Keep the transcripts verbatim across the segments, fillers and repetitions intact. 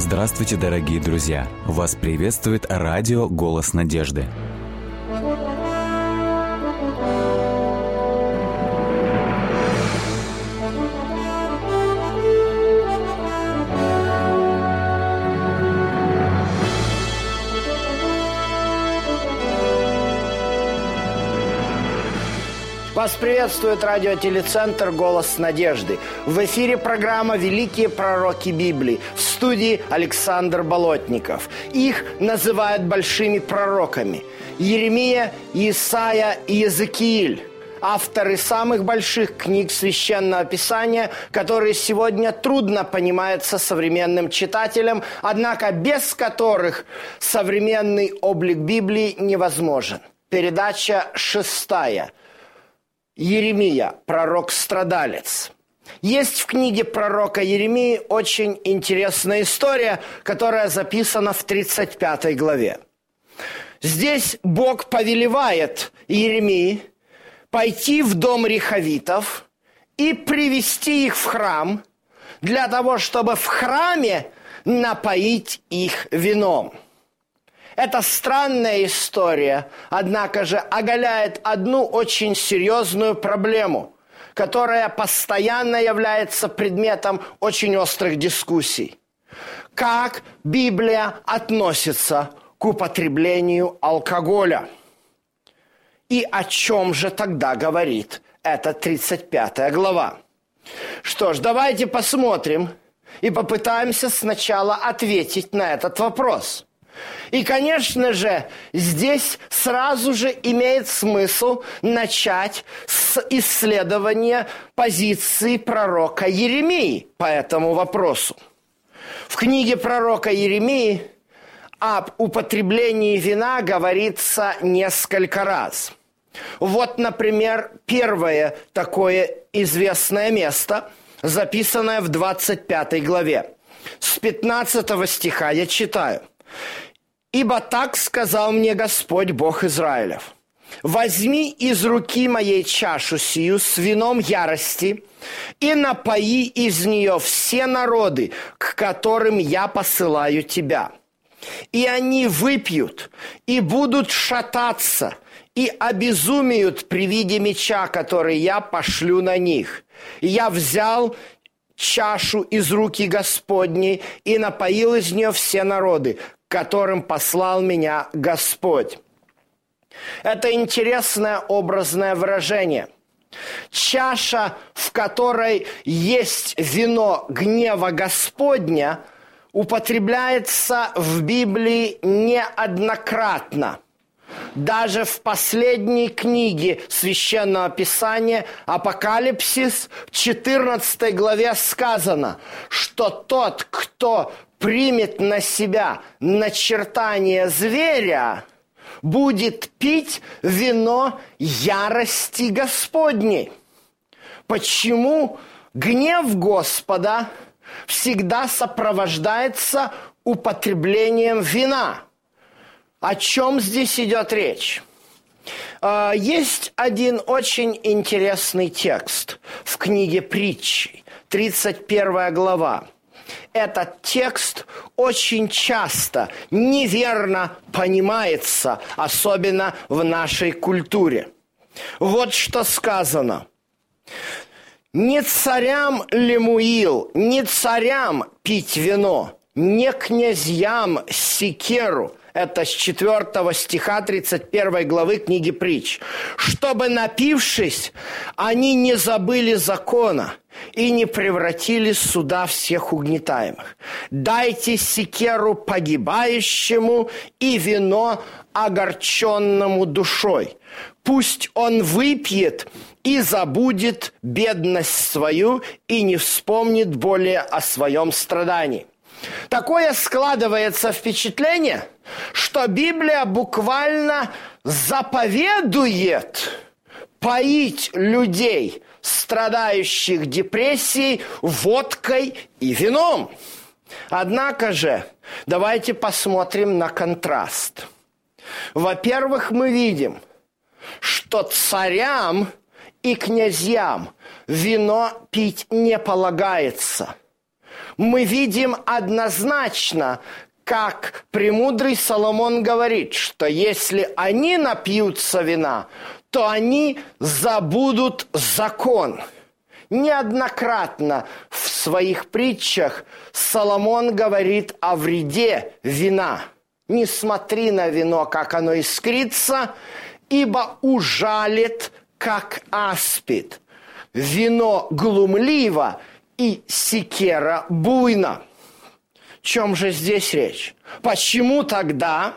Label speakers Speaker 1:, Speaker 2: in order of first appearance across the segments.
Speaker 1: Здравствуйте, дорогие друзья! Вас приветствует радио «Голос надежды».
Speaker 2: Вас приветствует радиотелецентр «Голос надежды». В эфире программа «Великие пророки Библии». В студии Александр Болотников. Их называют большими пророками. Иеремия, Исаия и Иезекииль. Авторы самых больших книг Священного Писания, которые сегодня трудно понимаются современным читателям, однако без которых современный облик Библии невозможен. Передача шестая. Иеремия, пророк-страдалец. Есть в книге пророка Иеремии очень интересная история, которая записана в тридцать пятой главе. Здесь Бог повелевает Иеремии пойти в дом рехавитов и привести их в храм для того, чтобы в храме напоить их вином. Эта странная история, однако же, оголяет одну очень серьезную проблему, которая постоянно является предметом очень острых дискуссий. Как Библия относится к употреблению алкоголя? И о чем же тогда говорит эта тридцать пятая глава? Что ж, давайте посмотрим и попытаемся сначала ответить на этот вопрос. И, конечно же, здесь сразу же имеет смысл начать с исследования позиции пророка Иеремии по этому вопросу. В книге пророка Иеремии об употреблении вина говорится несколько раз. Вот, например, первое такое известное место, записанное в двадцать пятой главе. С пятнадцатого стиха я читаю. «Ибо так сказал мне Господь Бог Израилев: возьми из руки моей чашу сию с вином ярости и напои из нее все народы, к которым я посылаю тебя. И они выпьют, и будут шататься, и обезумеют при виде меча, который я пошлю на них. И я взял чашу из руки Господней и напоил из нее все народы, которым послал меня Господь». Это интересное образное выражение. Чаша, в которой есть вино гнева Господня, употребляется в Библии неоднократно. Даже в последней книге Священного Писания Апокалипсис в четырнадцатой главе сказано, что тот, кто примет на себя начертание зверя, будет пить вино ярости Господней. Почему гнев Господа всегда сопровождается употреблением вина? О чем здесь идет речь? Есть один очень интересный текст в книге Притчи, тридцать первая глава. Этот текст очень часто неверно понимается, особенно в нашей культуре. Вот что сказано. «Не царям Лемуил, не царям пить вино, не князьям секеру». Это с четвёртого стиха тридцать первой главы книги Притч. «Чтобы, напившись, они не забыли закона и не превратили суда всех угнетаемых. Дайте секеру погибающему и вино огорченному душой. Пусть он выпьет и забудет бедность свою и не вспомнит более о своем страдании». Такое складывается впечатление, что Библия буквально заповедует поить людей, страдающих депрессией, водкой и вином. Однако же, давайте посмотрим на контраст. Во-первых, мы видим, что царям и князьям вино пить не полагается. мы видим однозначно, как премудрый Соломон говорит, что если они напьются вина, то они забудут закон. Неоднократно в своих притчах Соломон говорит о вреде вина. «Не смотри на вино, как оно искрится, ибо ужалит, как аспид. Вино глумливо, и секера буйна». О чем же здесь речь? Почему тогда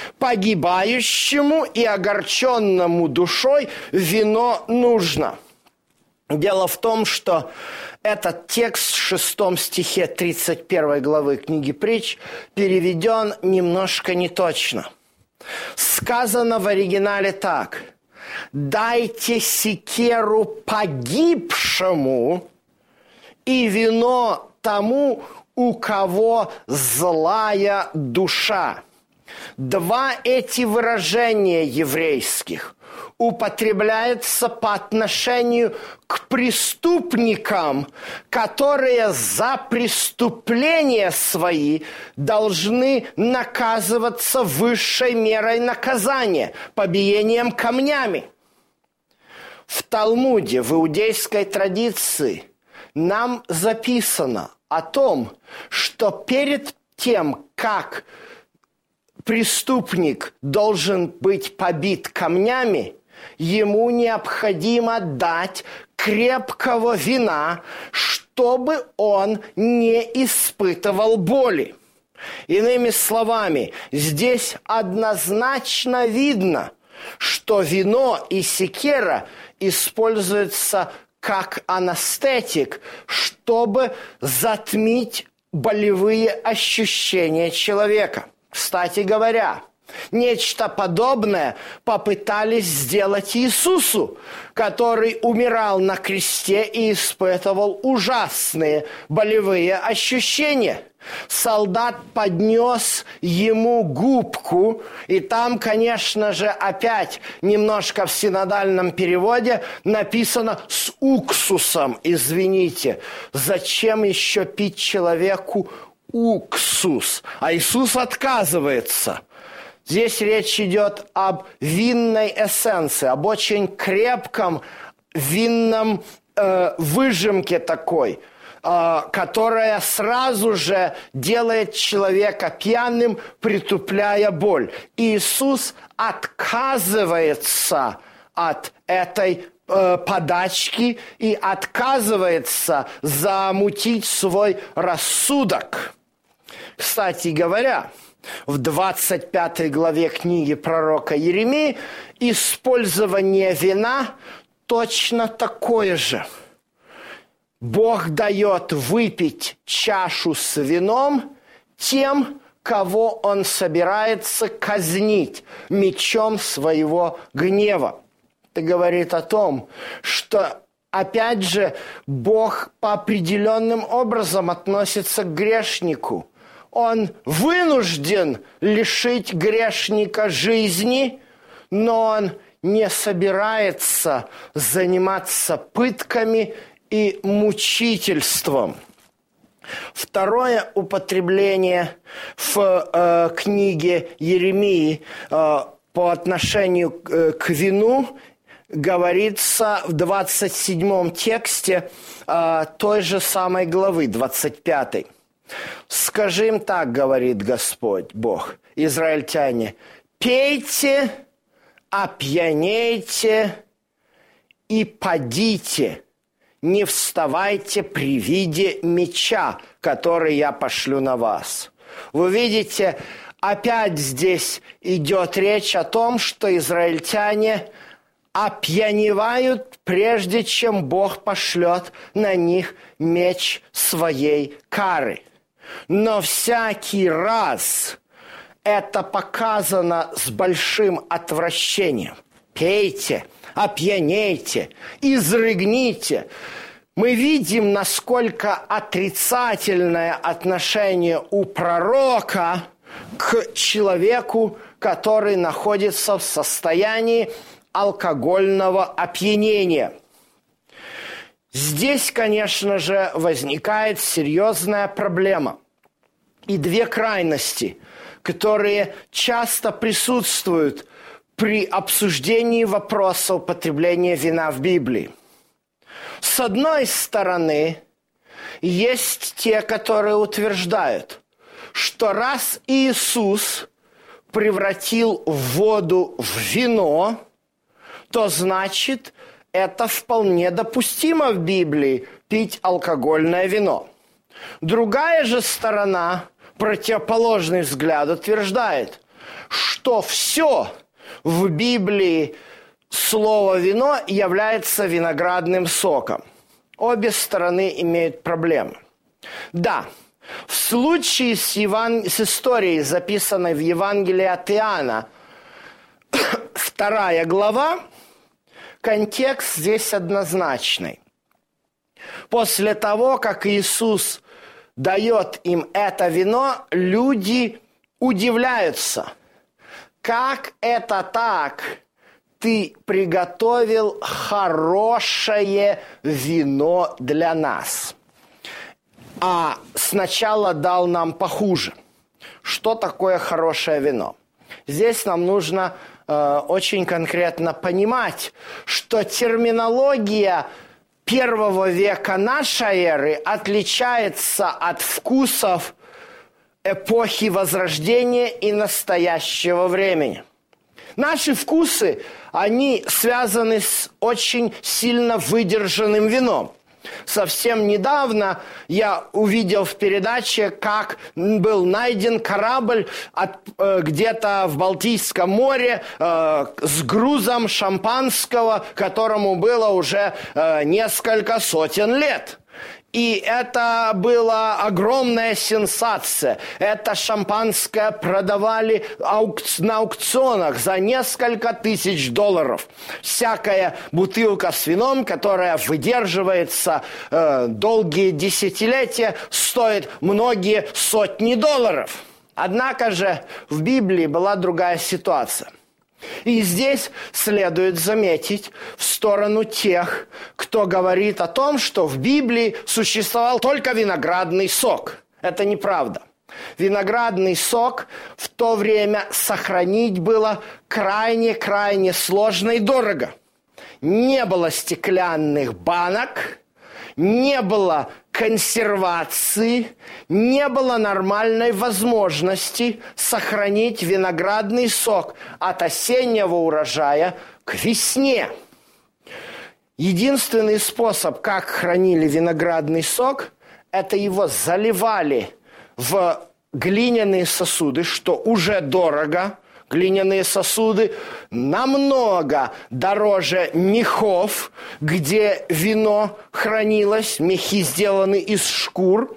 Speaker 2: погибающему и огорченному душой вино нужно? Дело в том, что этот текст в шестом стихе тридцать первой главы книги Притч переведен немножко неточно. Сказано в оригинале так: «Дайте секеру погибшему и вино тому, у кого злая душа». Два эти выражения еврейских употребляются по отношению к преступникам, которые за преступления свои должны наказываться высшей мерой наказания – побиением камнями. В Талмуде, в иудейской традиции, нам записано о том, что перед тем, как преступник должен быть побит камнями, ему необходимо дать крепкого вина, чтобы он не испытывал боли. Иными словами, здесь однозначно видно, что вино и секера используются как анестетик, чтобы затмить болевые ощущения человека. Кстати говоря, нечто подобное попытались сделать Иисусу, который умирал на кресте и испытывал ужасные болевые ощущения. Солдат поднес ему губку, и там, конечно же, опять немножко в синодальном переводе написано «с уксусом». Извините, зачем еще пить человеку уксус? А Иисус отказывается. Здесь речь идет об винной эссенции, об очень крепком винном э, выжимке такой, э, которая сразу же делает человека пьяным, притупляя боль. Иисус отказывается от этой э, подачки и отказывается замутить свой рассудок. Кстати говоря, в двадцать пятой главе книги пророка Иеремии использование вина точно такое же. Бог дает выпить чашу с вином тем, кого Он собирается казнить мечом своего гнева. Это говорит о том, что, опять же, Бог по определенным образом относится к грешнику. Он вынужден лишить грешника жизни, но он не собирается заниматься пытками и мучительством. Второе употребление в э, книге Иеремии э, по отношению к, к вину говорится в двадцать седьмом тексте э, той же самой главы, двадцать пятой. «Скажи им так, говорит Господь Бог, израильтяне, пейте, опьянейте и падите, не вставайте при виде меча, который я пошлю на вас». Вы видите, опять здесь идет речь о том, что израильтяне опьяневают, прежде чем Бог пошлет на них меч своей кары. Но всякий раз это показано с большим отвращением. Пейте, опьянейте, изрыгните. Мы видим, насколько отрицательное отношение у пророка к человеку, который находится в состоянии алкогольного опьянения. Здесь, конечно же, возникает серьезная проблема. И две крайности, которые часто присутствуют при обсуждении вопроса употребления вина в Библии. С одной стороны, есть те, которые утверждают, что раз Иисус превратил воду в вино, то значит, это вполне допустимо в Библии пить алкогольное вино. Другая же сторона, противоположный взгляд, утверждает, что все в Библии слово «вино» является виноградным соком. Обе стороны имеют проблемы. Да, в случае с, Еван... с историей, записанной в Евангелии от Иоанна, вторая глава, контекст здесь однозначный. После того, как Иисус дает им это вино, люди удивляются. Как это так? Ты приготовил хорошее вино для нас, а сначала дал нам похуже. Что такое хорошее вино? Здесь нам нужно э, очень конкретно понимать, что терминология первого века нашей эры отличается от вкусов эпохи Возрождения и настоящего времени. Наши вкусы, они связаны с очень сильно выдержанным вином. Совсем недавно я увидел в передаче, как был найден корабль от, э, где-то в Балтийском море э, с грузом шампанского, которому было уже э, несколько сотен лет. И это была огромная сенсация. Это шампанское продавали на аукционах за несколько тысяч долларов. Всякая бутылка с вином, которая выдерживается э, долгие десятилетия, стоит многие сотни долларов. Однако же в Библии была другая ситуация. И здесь следует заметить в сторону тех, кто говорит о том, что в Библии существовал только виноградный сок. Это неправда. Виноградный сок в то время сохранить было крайне-крайне сложно и дорого. Не было стеклянных банок, не было консервации, не было нормальной возможности сохранить виноградный сок от осеннего урожая к весне. Единственный способ, как хранили виноградный сок, это его заливали в глиняные сосуды, что уже дорого. Глиняные сосуды намного дороже мехов, где вино хранилось. Мехи сделаны из шкур.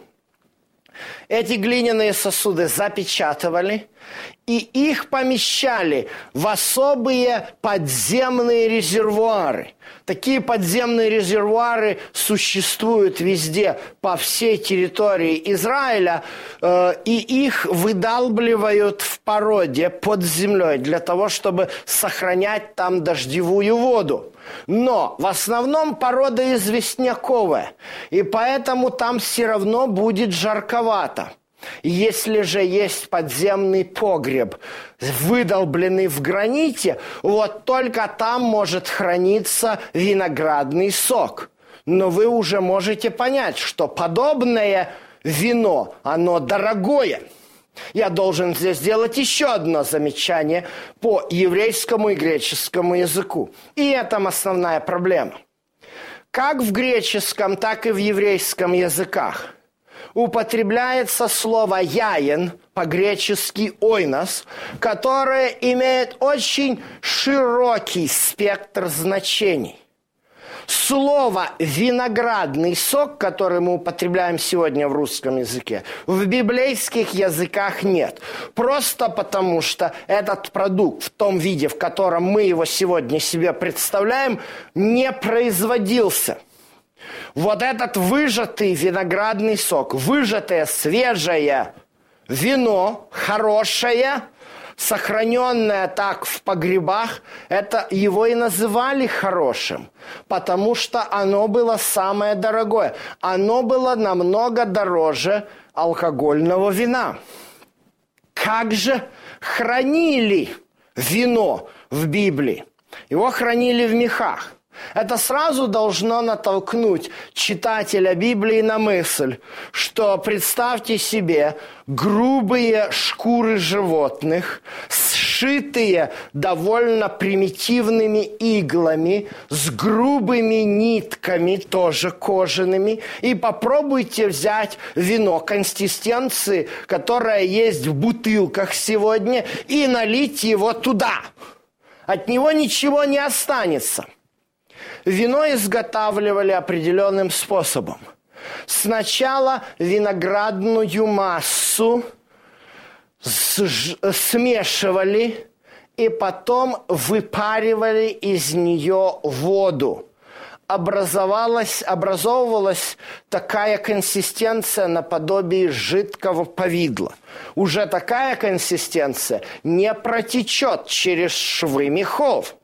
Speaker 2: Эти глиняные сосуды запечатывали, и их помещали в особые подземные резервуары. Такие подземные резервуары существуют везде, по всей территории Израиля, э, и их выдалбливают в породе под землей для того, чтобы сохранять там дождевую воду. Но в основном порода известняковая, и поэтому там все равно будет жарковато. Если же есть подземный погреб, выдолбленный в граните, вот только там может храниться виноградный сок. Но вы уже можете понять, что подобное вино, оно дорогое. Я должен здесь сделать еще одно замечание по еврейскому и греческому языку. И это основная проблема. Как в греческом, так и в еврейском языках употребляется слово «яин», по-гречески «ойнос», которое имеет очень широкий спектр значений. Слово «виноградный сок», которое мы употребляем сегодня в русском языке, в библейских языках нет. Просто потому, что этот продукт в том виде, в котором мы его сегодня себе представляем, не производился. Вот этот выжатый виноградный сок, выжатое свежее вино, хорошее, сохраненное так в погребах, это его и называли хорошим, потому что оно было самое дорогое. Оно было намного дороже алкогольного вина. Как же хранили вино в Библии? Его хранили в мехах. Это сразу должно натолкнуть читателя Библии на мысль, что представьте себе грубые шкуры животных, сшитые довольно примитивными иглами, с грубыми нитками, тоже кожаными, и попробуйте взять вино консистенции, которое есть в бутылках сегодня, и налить его туда. От него ничего не останется. Вино изготавливали определенным способом. Сначала виноградную массу смешивали и потом выпаривали из нее воду. Образовалась, образовывалась такая консистенция наподобие жидкого повидла. Уже такая консистенция не протечет через швы мехов.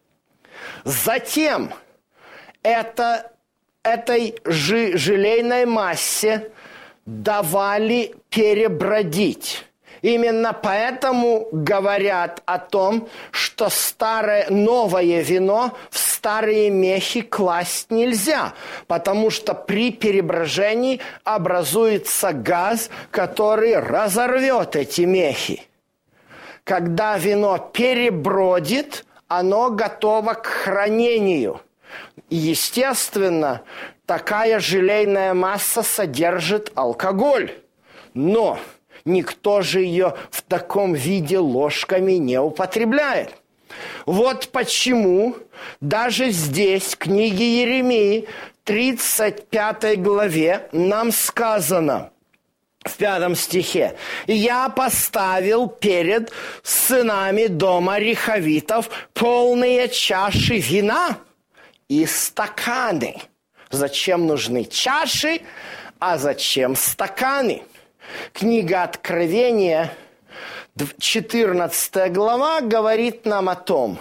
Speaker 2: Затем это, этой жи, желейной массе давали перебродить. Именно поэтому говорят о том, что старое, новое вино в старые мехи класть нельзя, потому что при переброжении образуется газ, который разорвет эти мехи. Когда вино перебродит, оно готово к хранению. И, естественно, такая желейная масса содержит алкоголь. Но никто же ее в таком виде ложками не употребляет. Вот почему даже здесь, в книге Иеремии, тридцать пятой главе, нам сказано в пятом стихе: «Я поставил перед сынами дома рехавитов полные чаши вина и стаканы». Зачем нужны чаши, а зачем стаканы? Книга Откровения, четырнадцатая глава, говорит нам о том,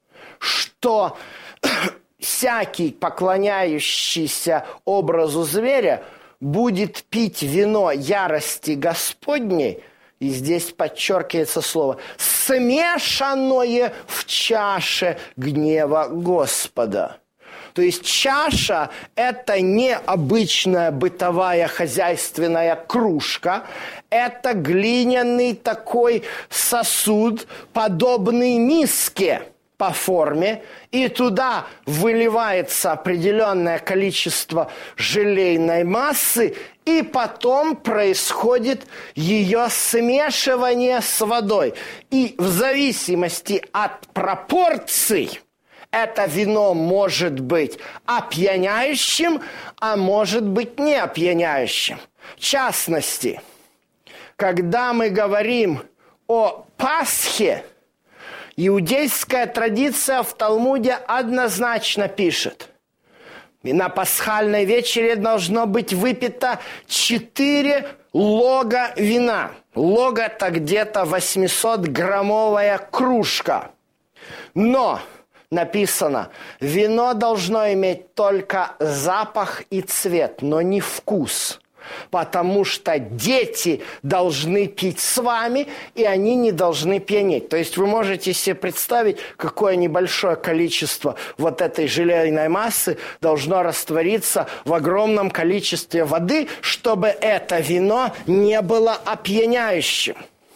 Speaker 2: что всякий, поклоняющийся образу зверя, будет пить вино ярости Господней, и здесь подчеркивается слово, смешанное в чаше гнева Господа. То есть чаша – это не обычная бытовая хозяйственная кружка, это глиняный такой сосуд, подобный миске по форме, и туда выливается определенное количество желейной массы, и потом происходит ее смешивание с водой. И в зависимости от пропорций это вино может быть опьяняющим, а может быть не опьяняющим. В частности, когда мы говорим о Пасхе, иудейская традиция в Талмуде однозначно пишет: и на пасхальной вечере должно быть выпито четыре лога вина. Лог – это где-то восьмисотграммовая кружка. Но написано, вино должно иметь только запах и цвет, но не вкус. Потому что дети должны пить с вами, и они не должны пьянеть. То есть вы можете себе представить, какое небольшое количество вот этой желейной массы должно раствориться в огромном количестве воды, чтобы это вино не было опьяняющим.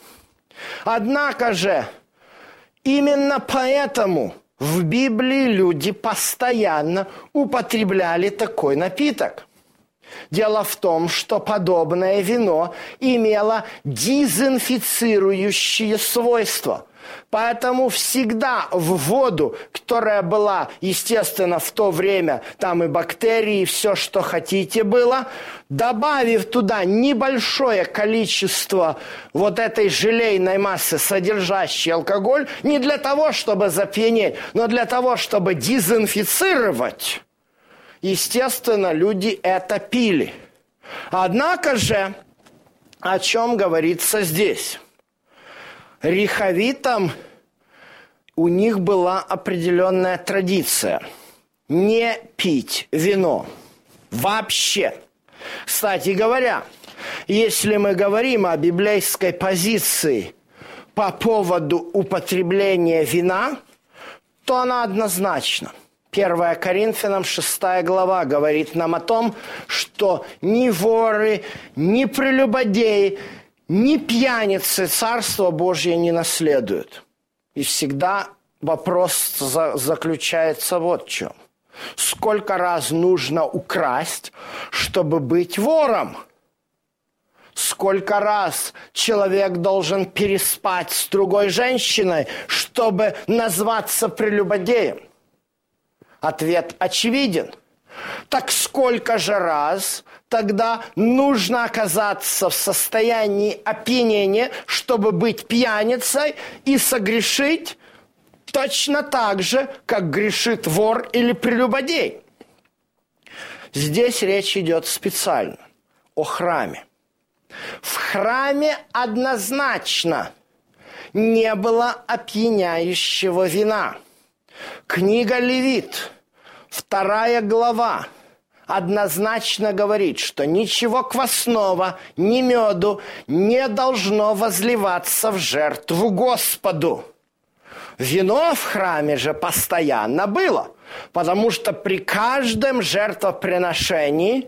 Speaker 2: Однако же, именно поэтому в Библии люди постоянно употребляли такой напиток. Дело в том, что подобное вино имело дезинфицирующие свойства. Поэтому всегда в воду, которая была, естественно, в то время, там и бактерии, и все, что хотите было, добавив туда небольшое количество вот этой желейной массы, содержащей алкоголь, не для того, чтобы запьянеть, но для того, чтобы дезинфицировать, естественно, люди это пили. Однако же, о чем говорится здесь? рехавитам у них была определенная традиция не пить вино вообще. Кстати говоря, если мы говорим о библейской позиции по поводу употребления вина, то она однозначна. первое Коринфянам шестая глава говорит нам о том, что ни воры, ни прелюбодеи, ни пьяницы Царство Божье не наследуют. И всегда вопрос за- заключается вот в чем. Сколько раз нужно украсть, чтобы быть вором? Сколько раз человек должен переспать с другой женщиной, чтобы назваться прелюбодеем? Ответ очевиден. Так сколько же раз тогда нужно оказаться в состоянии опьянения, чтобы быть пьяницей и согрешить точно так же, как грешит вор или прелюбодей? Здесь речь идет специально о храме. В храме однозначно не было опьяняющего вина. Книга Левит, вторая глава, однозначно говорит, что ничего квасного, ни меду не должно возливаться в жертву Господу. Вино в храме же постоянно было, потому что при каждом жертвоприношении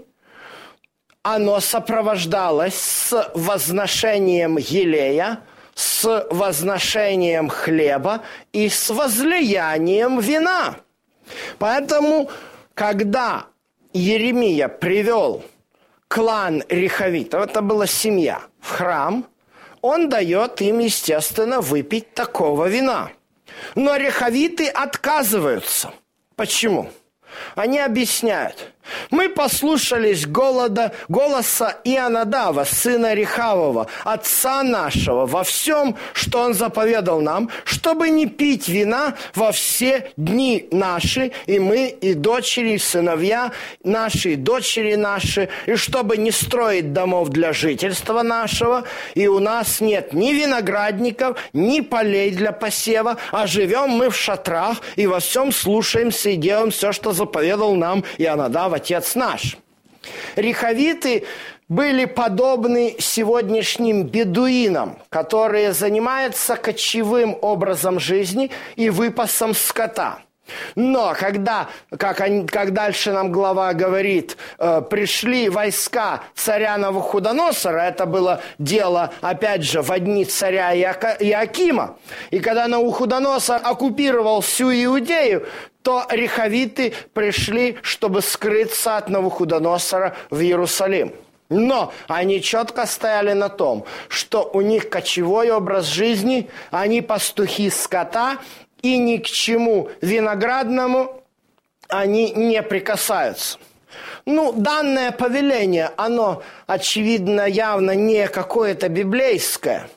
Speaker 2: оно сопровождалось с возношением елея, с возношением хлеба и с возлиянием вина. Поэтому, когда Иеремия привел клан рехавитов, это была семья, в храм, он дает им, естественно, выпить такого вина. Но рехавиты отказываются. Почему? Они объясняют. Мы послушались голода, голоса Ионадава, сына Рехавова, отца нашего, во всем, что он заповедал нам, чтобы не пить вина во все дни наши, и мы, и дочери, и сыновья наши, и дочери наши, и чтобы не строить домов для жительства нашего, и у нас нет ни виноградников, ни полей для посева, а живем мы в шатрах, и во всем слушаемся и делаем все, что заповедал нам Ионадав, отец наш. Рехавиты были подобны сегодняшним бедуинам, которые занимаются кочевым образом жизни и выпасом скота. Но когда, как, они, как дальше нам глава говорит, э, пришли войска царя Навуходоносора, это было дело, опять же, в дни царя Иока, Иоакима, и когда Навуходоносор оккупировал всю Иудею, то рехавиты пришли, чтобы скрыться от Навуходоносора в Иерусалим. Но они четко стояли на том, что у них кочевой образ жизни, они пастухи скота, и ни к чему виноградному они не прикасаются. Ну, данное повеление, оно, очевидно, явно не какое-то библейское.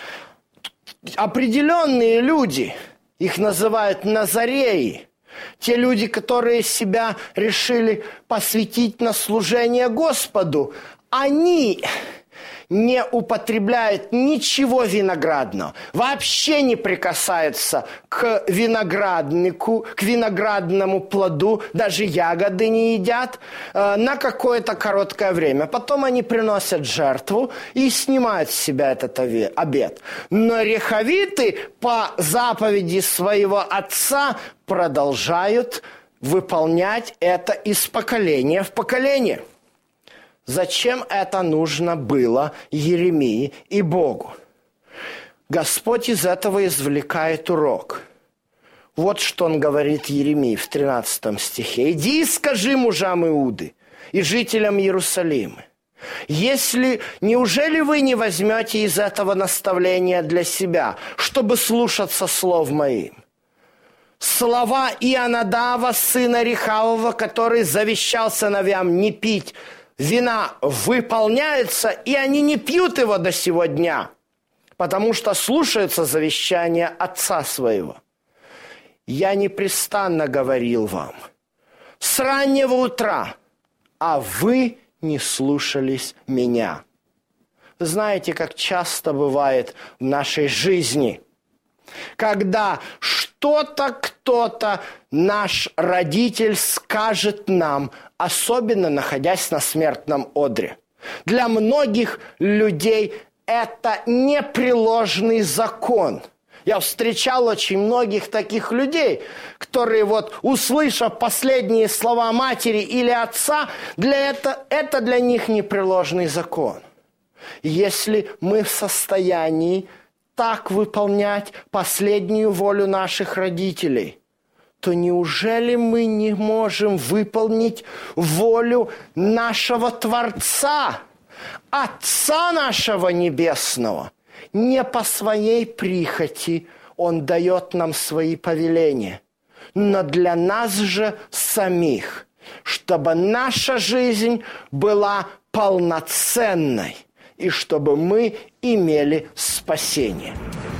Speaker 2: Определенные люди, их называют назареи, те люди, которые себя решили посвятить на служение Господу, они не употребляют ничего виноградного, вообще не прикасаются к винограднику, к виноградному плоду, даже ягоды не едят э, на какое-то короткое время. Потом они приносят жертву и снимают с себя этот обет. Но рехавиты по заповеди своего отца продолжают выполнять это из поколения в поколение. Зачем это нужно было Иеремии и Богу? Господь из этого извлекает урок. Вот что он говорит Иеремии в тринадцатом стихе. «Иди и скажи мужам Иуды и жителям Иерусалима, если неужели вы не возьмете из этого наставления для себя, чтобы слушаться слов моим? Слова Ионадава, сына Рехавова, который завещал сыновьям не пить вина, выполняются, и они не пьют его до сего дня, потому что слушаются завещания отца своего. Я непрестанно говорил вам с раннего утра, а вы не слушались меня». знаете, как часто бывает в нашей жизни, когда что-то кто-то, наш родитель, скажет нам, особенно находясь на смертном одре. Для многих людей это непреложный закон. Я встречал очень многих таких людей, которые, вот, услышав последние слова матери или отца, для это, это для них непреложный закон. Если мы в состоянии так выполнять последнюю волю наших родителей, то неужели мы не можем выполнить волю нашего Творца, Отца нашего Небесного? Не по своей прихоти Он дает нам свои повеления, но для нас же самих, чтобы наша жизнь была полноценной и чтобы мы имели спасение.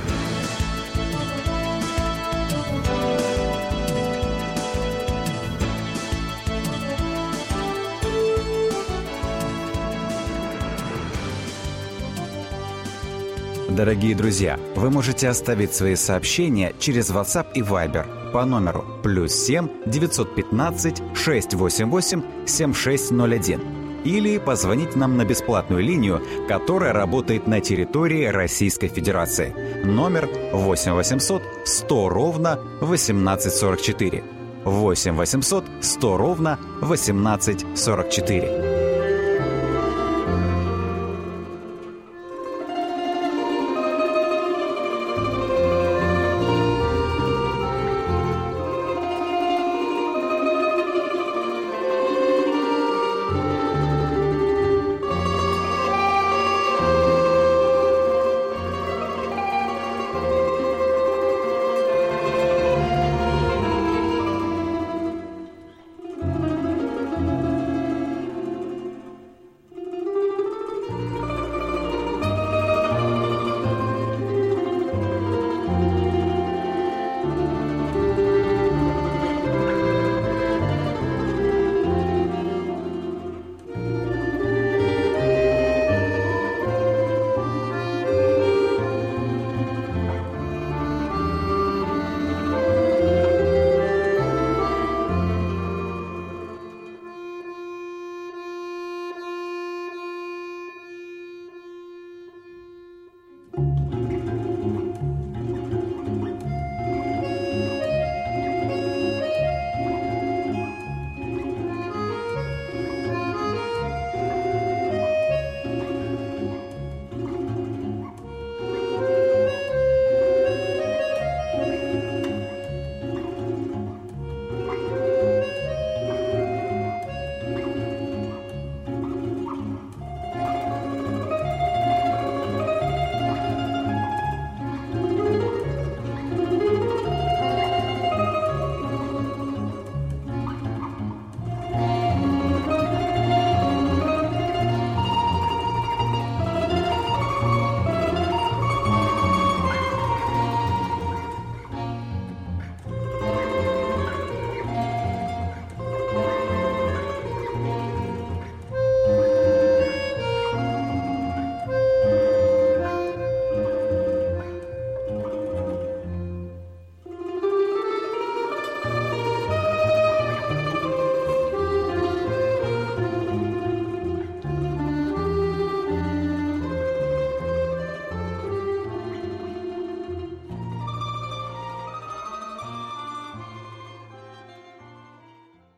Speaker 1: Дорогие друзья, вы можете оставить свои сообщения через WhatsApp и Viber по номеру плюс семь девятьсот пятнадцать шестьсот восемьдесят восемь семьдесят шесть ноль один или позвонить нам на бесплатную линию, которая работает на территории Российской Федерации. Номер восемь восемьсот сто ровно восемнадцать сорок четыре. восемь восемьсот сто ровно восемнадцать сорок четыре.